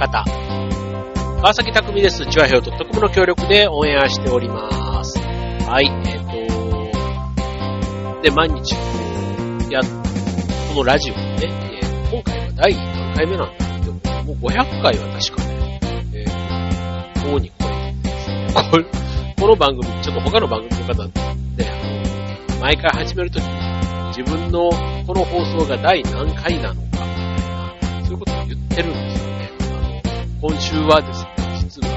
方。川崎匠です。チュアヘオ.comの協力でオンエアしております。はい、で、毎日、このラジオね、今回は第何回目なんだけど、もう500回は確かね、もうに超えてですね、この番組、ちょっと他の番組の方ね、毎回始めるときに、自分のこの放送が第何回なのか、みたいな、そういうことを言ってるんですよね。今週はですね、実は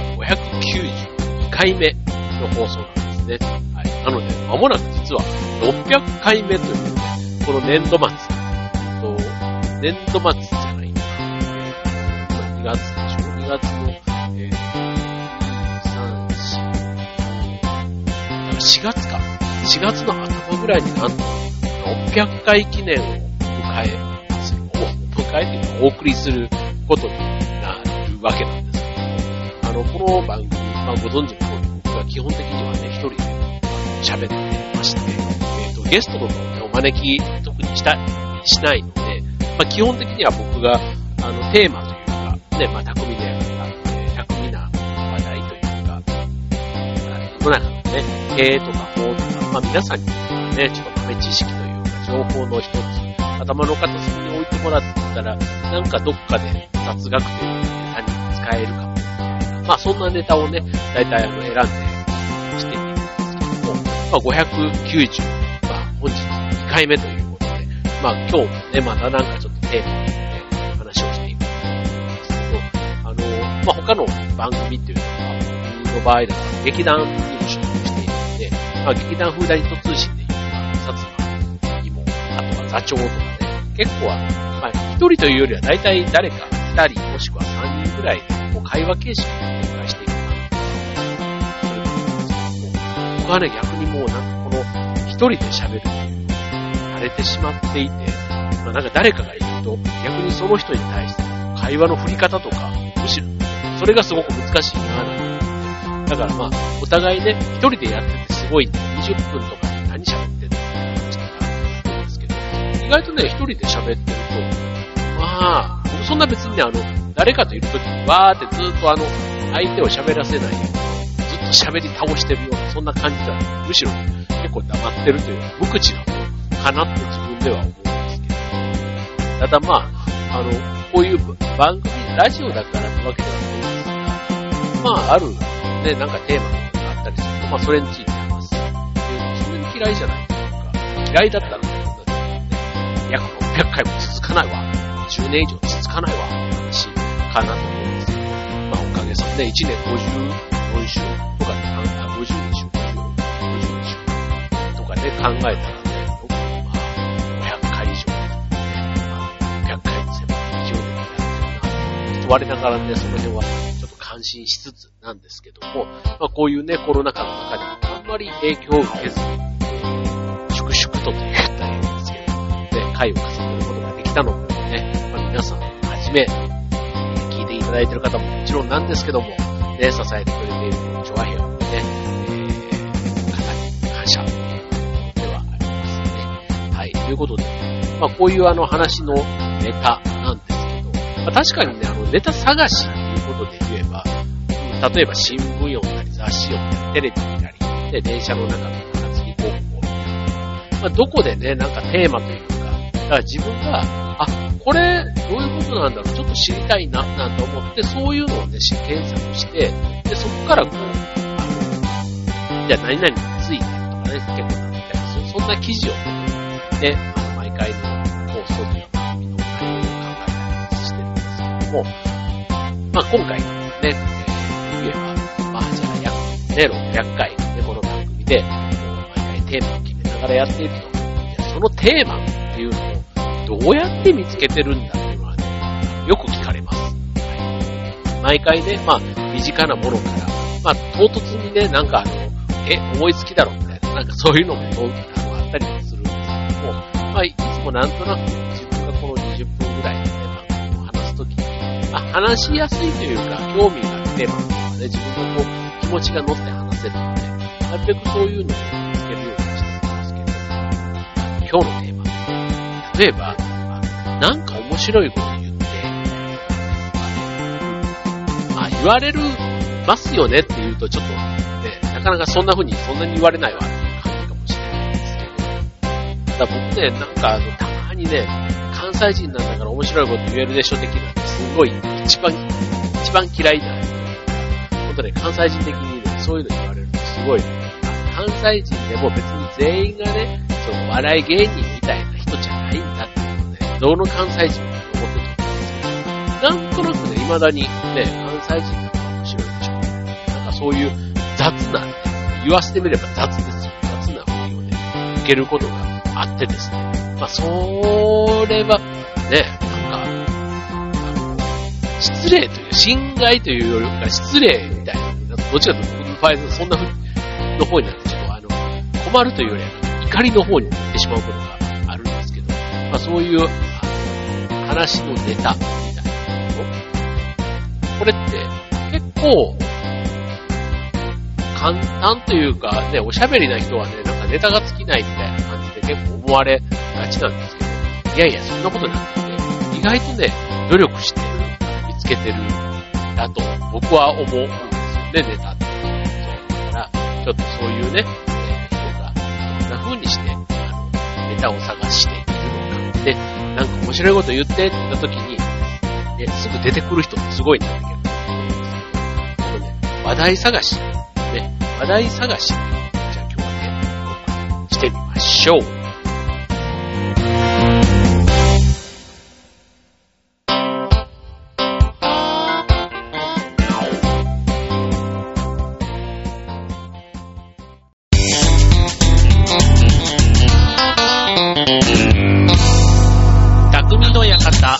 592回目の放送なんですね。はい。なので、間もなく実は600回目という、この年度末、年度末じゃないんだ。2月でしょ ?2 月の、2、3、4月か。4月の頭ぐらいになんと、600回記念を迎えてお送りすることになるわけなんですけども、この番組、ご存知の通り、僕は基本的にはね、一人で喋ってまして、ゲストの方をね、お招き特にしないので、基本的には僕が、テーマというか、ね、巧みな話題というか、世の中のね、経営とか法とか、皆さんにね、ちょっと豆知識というか、情報の一つ、頭の片隅に置いてもらったら、なんかどっかで雑学というネタに使えるかもみたいな。そんなネタをね、だいたい選んでしているんですけども、590、本日2回目ということで、今日もね、またなんかちょっとテーマで、ね、話をしていくと思うんですけど、他の番組っていうのは、僕の場合だと劇団にも所属しているので、劇団フーダニット通信でいう、薩摩にも、あとは座長とかね、結構一人というよりは大体誰か2人もしくは3人ぐらいで、会話形式で展開していくかなという僕はね、逆にもうなんかこの一人で喋るっていう慣れてしまっていて、なんか誰かがいると逆にその人に対して会話の振り方とか、むしろそれがすごく難しいなと。だからお互いね、一人でやっててすごい20分とかで何喋ってんのって話とかあるんですけど、意外とね、一人で喋ってると、僕そんな別にね、誰かといるときにわーってずっと相手を喋らせないように、ずっと喋り倒してるような、そんな感じではない。むしろ結構黙ってるというか、無口な方かなって自分では思うんですけど。ただこういう番組、ラジオだからってわけではないんですが、あるね、なんかテーマがあったりすると、それについて話す。それに嫌いじゃないというか、嫌いだったら、約600回も続かないわ。10年以上続かないわ。話かなと思うんですけど、おかげさまで1年54週とかで52週とかで考えたらね、僕も500回以上、600回も迫る勢いでやってるなと我ながらね、その辺はちょっと感心しつつなんですけども、こういうね、コロナ禍の中でもあんまり影響を受けず、粛々と言ったらいいんですけど、ね、回を重ねることができたのもね、皆さんはじめ、聞いていただいている方ももちろんなんですけども、ね、支えてくれているチョアヘオのね、方に感謝ではありますね。はい、ということで、こういう話のネタなんですけど、確かにね、ネタ探しっていうことで言えば、例えば新聞読んだり、雑誌読んだり、テレビ見たり、で電車の中の中継ぎ広告を見たり、どこでね、なんかテーマというか、だから自分が、これ、どういうことなんだろう、ちょっと知りたいな、なんて思って、そういうのをね、検索して、で、そこからじゃあ何々についてとかね、結構なったりする、そんな記事をね、毎回の放送というか、番組の内容を考えたりしてるんですけども、今回ね、言えば、じゃあ約ね、600回、ね、この番組で、毎回テーマを決めながらやっていると、そのテーマっていうのを、どうやって見つけてるんだっていうのはね、よく聞かれます。はい、毎回ね、身近なものから、唐突にね、なんか思いつきだろみたいな、なんかそういうのもあったりもするんですけども、いつもなんとなく自分がこの20分ぐらいでね、話すときに、話しやすいというか、興味があるテーマとかね、自分の気持ちが乗って話せるので、なるべくそういうのを見つけるようにしてるんですけど、今日のテーマ、例えば、なんか面白いこと言って、 言われるますよねって言うとちょっとね、なかなかそんなに言われないわっていう感じかもしれないんですけど。ただ僕ね、なんかたまにね、関西人なんだから面白いこと言えるでしょ的な、すごい一番嫌いな。本当ね、関西人的にね、そういうの言われるとすごい、関西人でも別に全員がね、その笑い芸人みたいな人じゃないんだっていうので、どの関西人も思ってると思うんですけど、なんとなくね、未だにね、関西人だから面白いでしょ。なんかそういう雑なね、言わせてみれば雑ですよ。雑な振りをね、受けることがあってですね。まあ、それはね、なんか、失礼という、侵害というよりか失礼みたいな、どちらかというと僕の場合そんなの方になってちょっと困るというよりは怒りの方に行ってしまうことがあるんですけど、まあそういう話のネタみたいなもの、これって結構簡単というかね、おしゃべりな人はね、なんかネタが尽きないみたいな感じで結構思われがちなんですけど、いやいやそんなことなくて、意外とね、努力して見つけてるだと僕は思うんですよね、ネタって。そうだから、ちょっとそういうね、人がどんな風にしてネタを探しているのかで、なんか面白いこと言ってって言った時に、ね、すぐ出てくる人ってすごいんだけど、このね、話題探し、ね、話題探し、じゃあ今日はね、してみましょう。匠の館。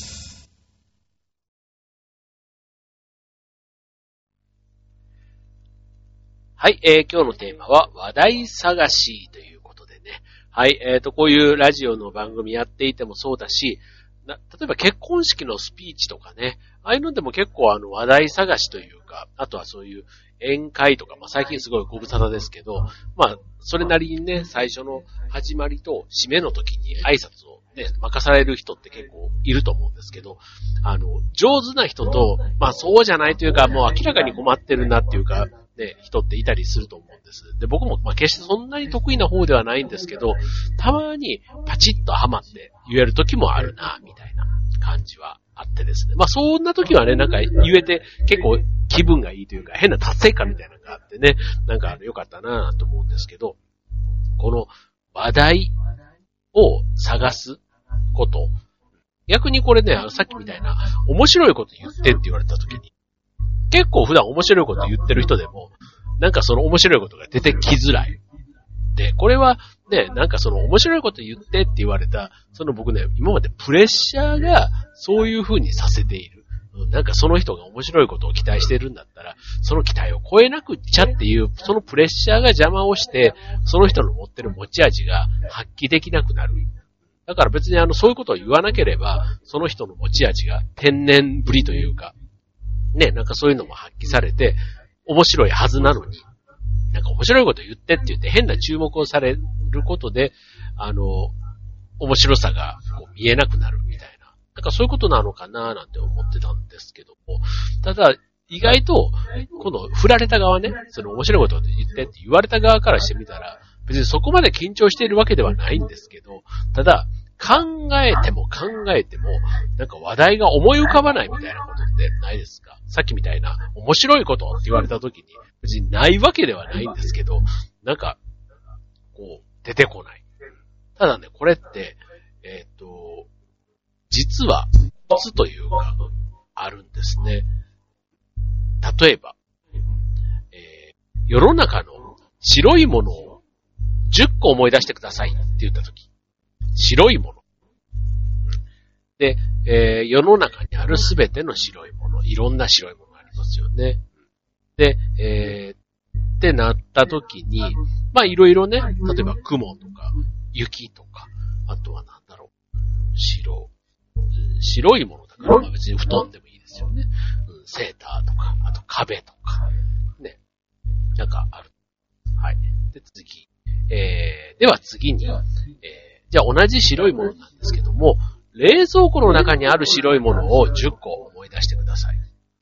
はい、今日のテーマは話題探しということでね。はい、こういうラジオの番組やっていてもそうだし、例えば結婚式のスピーチとかね、ああいうのでも結構話題探しというか、あとはそういう宴会とか、まあ最近すごいご無沙汰ですけど、まあそれなりにね、最初の始まりと締めの時に挨拶をね、任される人って結構いると思うんですけど、上手な人と、まあそうじゃないというか、もう明らかに困ってるなっていうか、ね、人っていたりすると思うんです。で、僕もまあ決してそんなに得意な方ではないんですけど、たまにパチッとハマって言える時もあるな、みたいな感じはあってですね。まあそんな時はね、なんか言えて結構気分がいいというか、変な達成感みたいなのがあってね、なんか良かったなと思うんですけど、この話題を探すこと。逆にこれね、さっきみたいな面白いこと言ってって言われた時に、結構普段面白いこと言ってる人でも、なんかその面白いことが出てきづらい。で、これはね、なんかその面白いこと言ってって言われた、その僕ね、今までプレッシャーがそういう風にさせている。なんかその人が面白いことを期待してるんだったら、その期待を超えなくっちゃっていう、そのプレッシャーが邪魔をして、その人の持ってる持ち味が発揮できなくなる。だから別にそういうことを言わなければ、その人の持ち味が天然ぶりというか、ね、なんかそういうのも発揮されて、面白いはずなのに、なんか面白いこと言ってって言って変な注目をされることで、面白さがこう見えなくなるみたいな。なんかそういうことなのかななんて思ってたんですけども、ただ、意外と、この振られた側ね、その面白いこと言ってって言われた側からしてみたら、別にそこまで緊張しているわけではないんですけど、ただ、考えても、なんか話題が思い浮かばないみたいなことってないですか？さっきみたいな面白いことって言われた時に、別にないわけではないんですけど、なんか、こう、出てこない。ただね、これって、実は、コツというか、あるんですね。例えば、世の中の白いものを10個思い出してくださいって言った時、白いもの。で、世の中にあるすべての白いもの、いろんな白いものがありますよね。で、ってなった時に、まあいろいろね、例えば雲とか雪とか、あとはなんだろう、白いものだから、まあ別に布団でもいいですよね。セーターとか、あと壁とか、ね、なんかある。はい。で、次。では次に、じゃあ同じ白いものなんですけども、冷蔵庫の中にある白いものを10個思い出してください。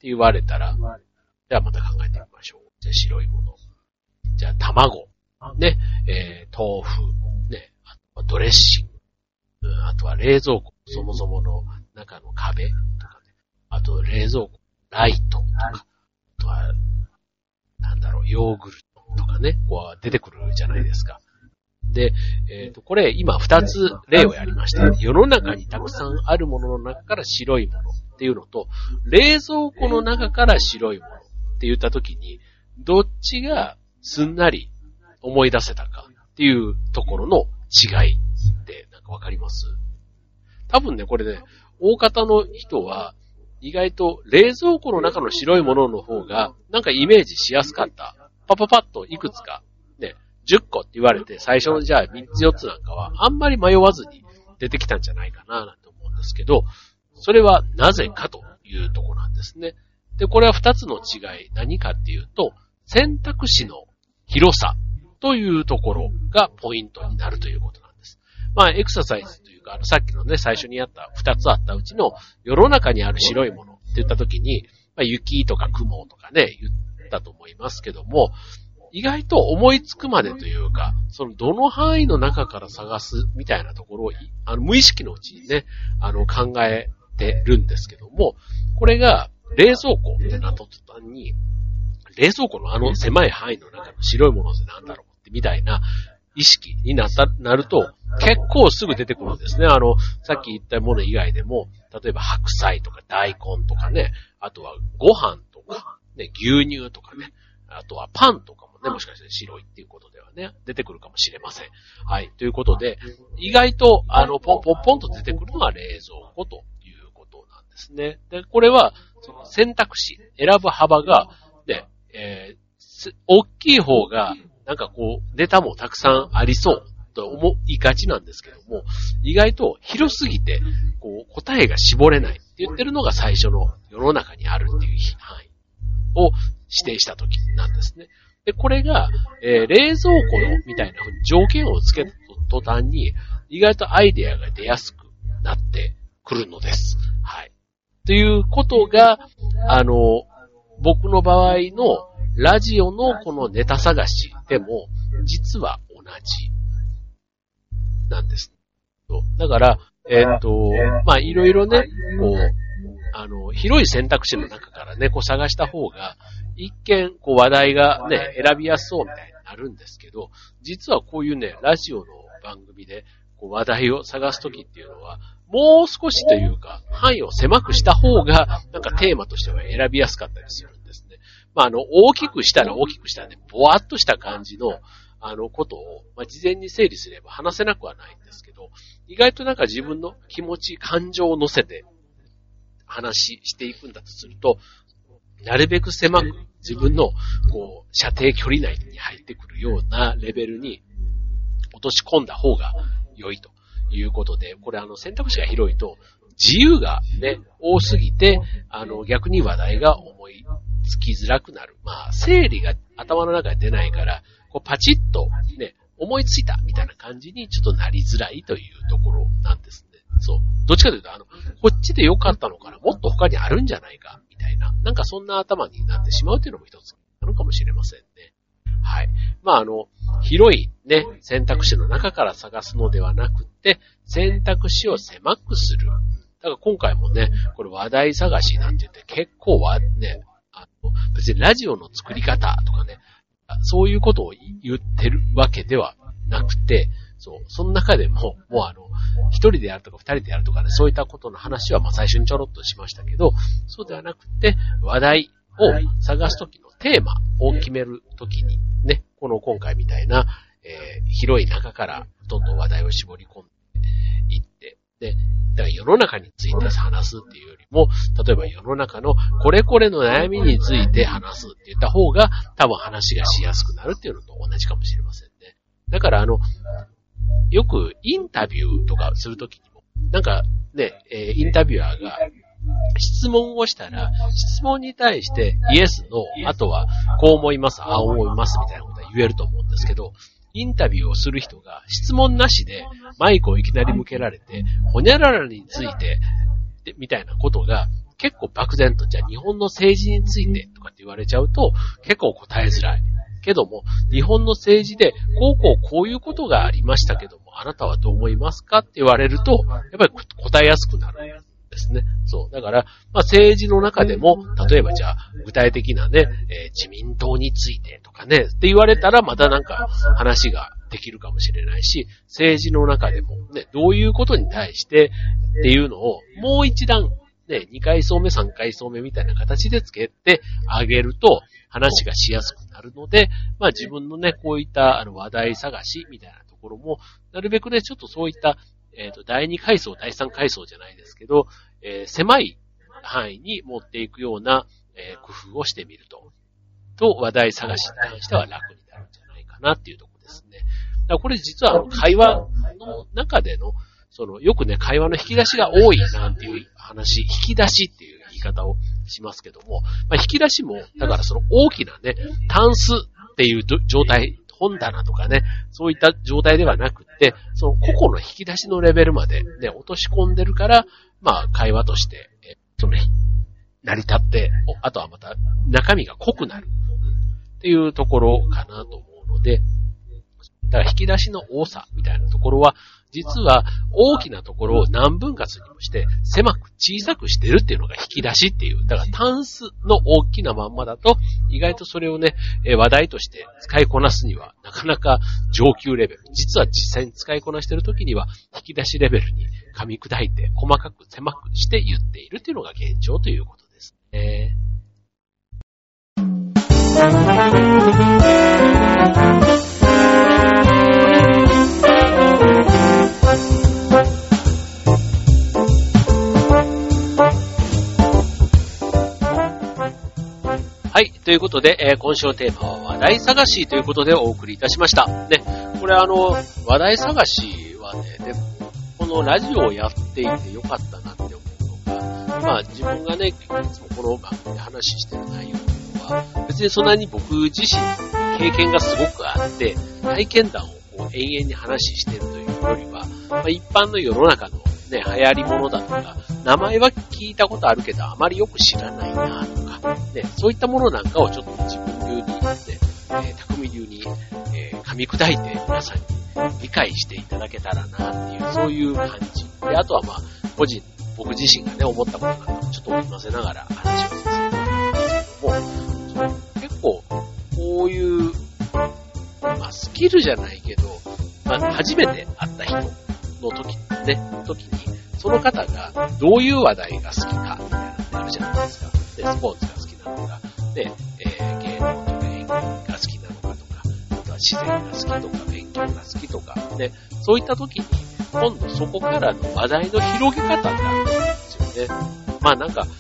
って言われたら、じゃあまた考えてみましょう。じゃあ白いもの。じゃあ卵。ね。豆腐。ね。あとはドレッシング。あとは冷蔵庫。そもそもの中の壁とかね。あと冷蔵庫。ライトとか。あとは、ヨーグルトとかね。こう出てくるじゃないですか。で、これ今2つ例をやりました。世の中にたくさんあるものの中から白いものっていうのと、冷蔵庫の中から白いものって言ったときに、どっちがすんなり思い出せたかっていうところの違いってなんかわかります？多分ね、これね、大方の人は意外と冷蔵庫の中の白いものの方がなんかイメージしやすかった。パパパッといくつかね、10個って言われて最初のじゃあ3つ4つなんかはあんまり迷わずに出てきたんじゃないかななんて思うんですけど、それはなぜかというところなんですね。で、これは2つの違い。何かっていうと、選択肢の広さというところがポイントになるということなんです。まあ、エクササイズというか、さっきのね、最初にやった2つあったうちの世の中にある白いものって言ったときに、まあ、雪とか雲とかね、言ったと思いますけども、意外と思いつくまでというか、そのどの範囲の中から探すみたいなところを、無意識のうちにね、考えてるんですけども、これが冷蔵庫ってなった途端に、冷蔵庫の狭い範囲の中の白いものってなんだろうってみたいな意識になると、結構すぐ出てくるんですね。さっき言ったもの以外でも、例えば白菜とか大根とかね、あとはご飯とか、ね、牛乳とかね、あとはパンとかもね、もしかして白いっていうことではね、出てくるかもしれません。はい。ということで、意外と、ポンと出てくるのが冷蔵庫ということなんですね。で、これは、その選択肢、選ぶ幅が、ね、大きい方が、なんかこう、ネタもたくさんありそうと思いがちなんですけども、意外と広すぎて、こう、答えが絞れないって言ってるのが最初の世の中にあるっていう範囲を指定したときなんですね。で、これが、冷蔵庫のみたいな風に条件をつけた途端に、意外とアイデアが出やすくなってくるのです。はい。ということが、僕の場合のラジオのこのネタ探しでも、実は同じなんです。だから、まあ、いろいろね、こう、広い選択肢の中からね、こう探した方が、一見、こう話題がね、選びやすそうみたいになるんですけど、実はこういうね、ラジオの番組で、こう話題を探すときっていうのは、もう少しというか、範囲を狭くした方が、なんかテーマとしては選びやすかったりするんですね。まあ、大きくしたら大きくしたらね、ぼわっとした感じの、ことを、まあ、事前に整理すれば話せなくはないんですけど、意外となんか自分の気持ち、感情を乗せて話していくんだとすると、なるべく狭く自分のこう射程距離内に入ってくるようなレベルに落とし込んだ方が良いということで、これ選択肢が広いと自由がね多すぎて逆に話題が思いつきづらくなる。まあ整理が頭の中で出ないからこうパチッとね思いついたみたいな感じにちょっとなりづらいというところなんですね。そう。どっちかというとこっちで良かったのかな、もっと他にあるんじゃないかみたいな、なんかそんな頭になってしまうというのも一つなのかもしれませんね。はい。まあ広いね、選択肢の中から探すのではなくて、選択肢を狭くする。だから今回もね、これ話題探しなんて言って結構はね、別にラジオの作り方とかね、そういうことを言ってるわけではなくて、そう、その中でも、もう一人でやるとか二人でやるとかね、そういったことの話はまあ最初にちょろっとしましたけど、そうではなくて、話題を探すときのテーマを決めるときにね、今回みたいな、広い中からどんどん話題を絞り込んでいって、で、だから世の中について話すっていうよりも、例えば世の中のこれこれの悩みについて話すって言った方が多分話がしやすくなるっていうのと同じかもしれませんね。だからよくインタビューとかするときにも、なんかね、インタビュアーが質問をしたら、質問に対してイエス、ノー、あとはこう思います、ああ思いますみたいなことは言えると思うんですけど、インタビューをする人が質問なしでマイクをいきなり向けられて、ほにゃららについてみたいなことが結構漠然と、じゃあ日本の政治についてとかって言われちゃうと、結構答えづらい。けども、日本の政治で、こういうことがありましたけども、あなたはどう思いますかって言われると、やっぱり答えやすくなるんですね。そう。だから、政治の中でも、例えばじゃあ、具体的なね、自民党についてとかね、って言われたら、またなんか話ができるかもしれないし、政治の中でもね、どういうことに対してっていうのを、もう一段、ね、2階層目、3階層目みたいな形でつけてあげると、話がしやすくなるので、自分のね、こういった話題探しみたいなところも、なるべくね、ちょっとそういった、第2階層、第3階層じゃないですけど、狭い範囲に持っていくような、工夫をしてみると、話題探しに関しては楽になるんじゃないかなっていうところですね。だからこれ実は会話の中での、よくね、会話の引き出しが多いなんていう話、引き出しっていう言い方をしますけども、引き出しも、だから大きなね、タンスっていう状態、本棚とかね、そういった状態ではなくって、個々の引き出しのレベルまでね、落とし込んでるから、会話として、成り立って、あとはまた中身が濃くなるっていうところかなと思うので、だから引き出しの多さみたいなところは、実は大きなところを何分割にもして狭く小さくしてるっていうのが引き出しっていう。だからタンスの大きなまんまだと意外とそれをね、話題として使いこなすにはなかなか上級レベル。実は実際に使いこなしてる時には引き出しレベルに噛み砕いて細かく狭くして言っているっていうのが現状ということですね。はい。ということで、今週のテーマは話題探しということでお送りいたしました。ね。これ話題探しはね、でも、このラジオをやっていてよかったなって思うのが、自分がね、いつもこの番組で話してる内容っていうのは、別にそんなに僕自身の経験がすごくあって、体験談を永遠に話しているというよりは、一般の世の中のね、流行り物だとか、名前は聞いたことあるけど、あまりよく知らないなとか、ね、そういったものなんかをちょっと自分流に、ね、匠流に、噛み砕いて皆さんに理解していただけたらなっていう、そういう感じ。で、あとは僕自身がね、思ったことなんかもちょっと織り交ぜながら話をさせていただいたんですけども、結構、こういう、スキルじゃないけど、初めて会った人の時に、その方がどういう話題が好きか、みたいなのがあるじゃないですか。で、スポーツが好きなのか、で、芸能とか演劇が好きなのかとか、あとは自然が好きとか、勉強が好きとか、で、そういった時に、今度そこからの話題の広げ方ってあるんですよね。なんか、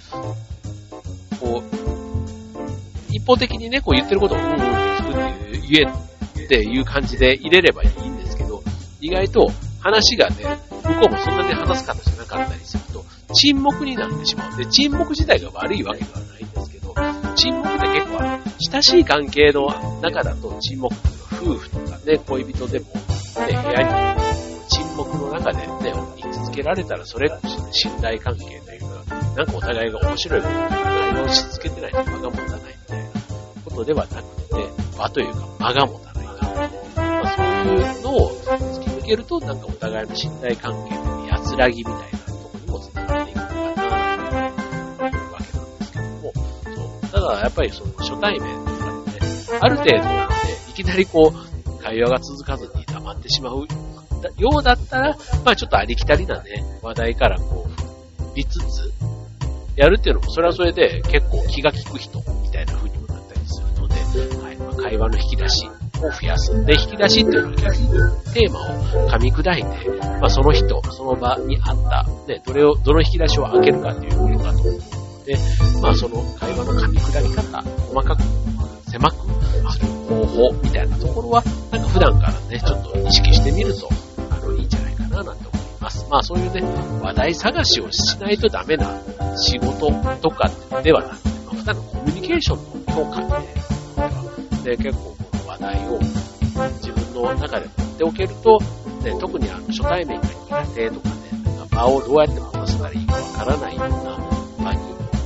一方的にね、言ってることをって聞くっていう、言えっていう感じで入れればいいんですけど、意外と話がね、向こうもそんなに話す方じゃなかったりすると、沈黙になってしまう。で、沈黙自体が悪いわけではないんですけど、沈黙って結構親しい関係の中だと沈黙っていうのは夫婦とかね、恋人でも、ね、部屋に沈黙の中でね、居続けられたらそれこそ、ね、信頼関係というか、なんかお互いが面白いことを何もし続けてないと場が持たないみたいなことではなくて、場というか間が持たないな。そういうのを突き抜けると、なんかお互いの信頼関係の安らぎみたいなところにもつながっていくのかな、というわけなんですけども、ただやっぱり初対面とかでね、ある程度なんで、いきなり会話が続かずに黙ってしまうようだったら、ちょっとありきたりなね、話題から振りつつ、やるっていうのも、それはそれで結構気が利く人みたいな風にもなったりするので、はい、会話の引き出しを増やす。で、引き出しっていうのは結局テーマを噛み砕いて、その人、その場にあった、ね、どの引き出しを開けるかっていうことだと思うので、その会話の噛み砕き方、細かく、狭くする方法みたいなところは、なんか普段からね、ちょっと意識してみると、いいんじゃないかななんて思います。そういうね、話題探しをしないとダメな仕事とかではなくて、普段のコミュニケーションの強化で、結構この話題を自分の中で持っておけると、ね、特に初対面が苦手とかね、場をどうやって回せたらいいかわからないような場に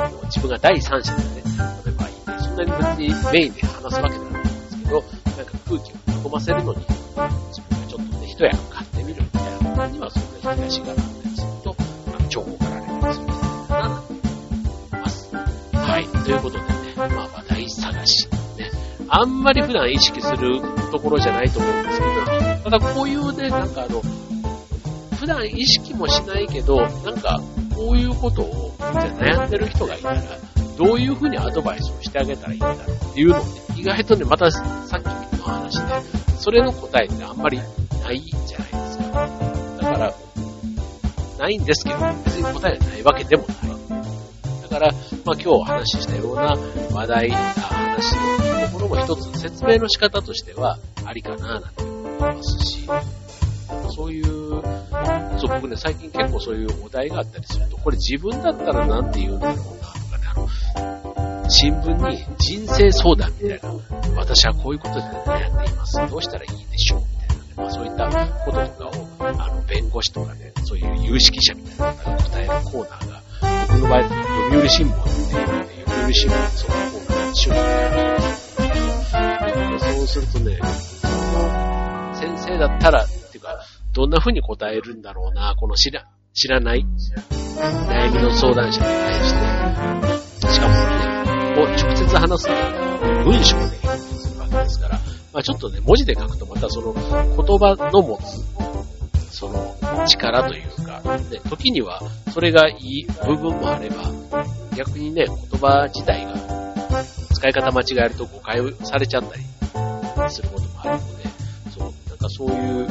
とこう自分が第三者でね、例えばいて、そんなに別にメインで話すわけではないんですけど、なんか空気を含ませるのに、自分がちょっとね、一役買ってみるみたいなことには、そんな引き出しがあったりすると、重宝がられたりするんじゃないかなと思います。はい。ということでね、話題探し。ね。あんまり普段意識するところじゃないと思うんですけど、ただこういうね、なんか普段意識もしないけど、なんかこういうことを悩んでる人がいたら、どういうふうにアドバイスをしてあげたらいいんだろうっていうのをね、意外とね、またさっきの話で、それの答えってあんまりないんじゃないですか。だから、ないんですけど、別に答えがないわけでもない。だから、今日お話ししたような話題、話のところも一つ説明の仕方としてはありかななんて思いますし、そういう、僕ね、最近結構そういうお題があったりすると、これ自分だったらなんて言うんだろうなとかね、新聞に人生相談みたいな、私はこういうことで悩んでいます。どうしたらいいでしょうみたいなね、そういったこととかを、弁護士とかね、そういう有識者みたいな方が答えるコーナーが、僕の場合、読売新聞っていうので、読売新聞のそのコーナーに週にやるんですよ。そうするとね、先生だったら、っていうか、どんな風に答えるんだろうな、この知らない悩みの相談者に対して、しかもね、直接話すと文章で表現するわけですから、ちょっとね、文字で書くとまたその言葉の持つ、その力というか、ね、時にはそれがいい部分もあれば、逆にね、言葉自体が使い方間違えると誤解されちゃったりすることもあるので、なんかそういう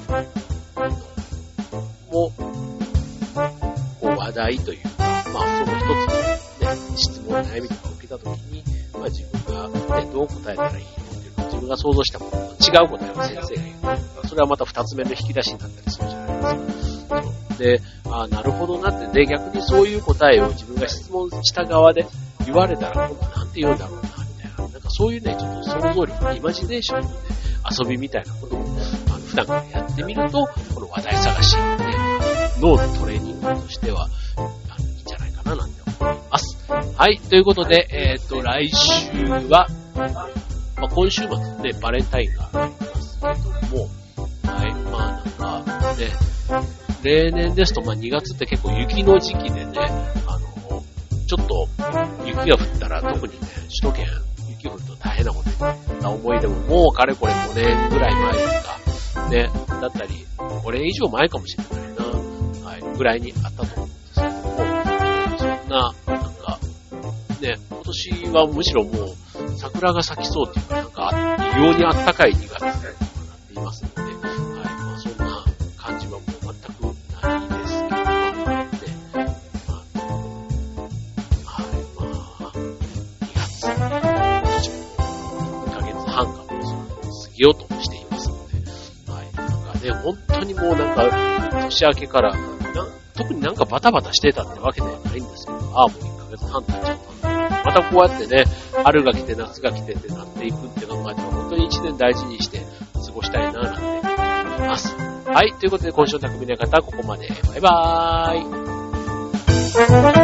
も話題というか、その一つの、ね、質問、悩みとかを受けたときに、自分が、ね、どう答えたらいいのっていうのを自分が想像したものと違う答えを先生が言う。それはまた二つ目の引き出しになったりするじゃないですか。で、なるほどなって、で、逆にそういう答えを自分が質問した側で言われたら、今度なんて言うんだろうな、みたいな。なんかそういうね、ちょっと想像力、イマジネーションのね、遊びみたいなことを、普段からやってみると、この話題探し、ね、脳のトレーニングとしては、いいんじゃないかななんて思います。はい、ということで、来週は、今週末ね、バレンタインがありますけども、はい、なんかね、例年ですと、2月って結構雪の時期でね、ちょっと雪が降ったら特にね、首都圏雪降ると大変なことになった思い出ももうかれこれ5年ぐらい前ですか、ね、だったり、5年以上前かもしれないな、はい、ぐらいにあったと思うんですけども、そんな、なんか、ね、今年はむしろもう桜が咲きそうっていうか、なんか異様にあったかい2月になっていますので、はい、そんな感じはもう全くないですけど、ね、2月、2ヶ月半かも過ぎようとしていますので、はい、なんかね、本当にもうなんか、年明けから、特になんかバタバタしてたってわけではないんですけど、もう1ヶ月半経っちゃったんで、またこうやってね、春が来て夏が来てってなっていくって考えたら、本当に1年大事にして過ごしたいななんて思います。はい、ということで今週の匠の館はここまで。バイバーイ。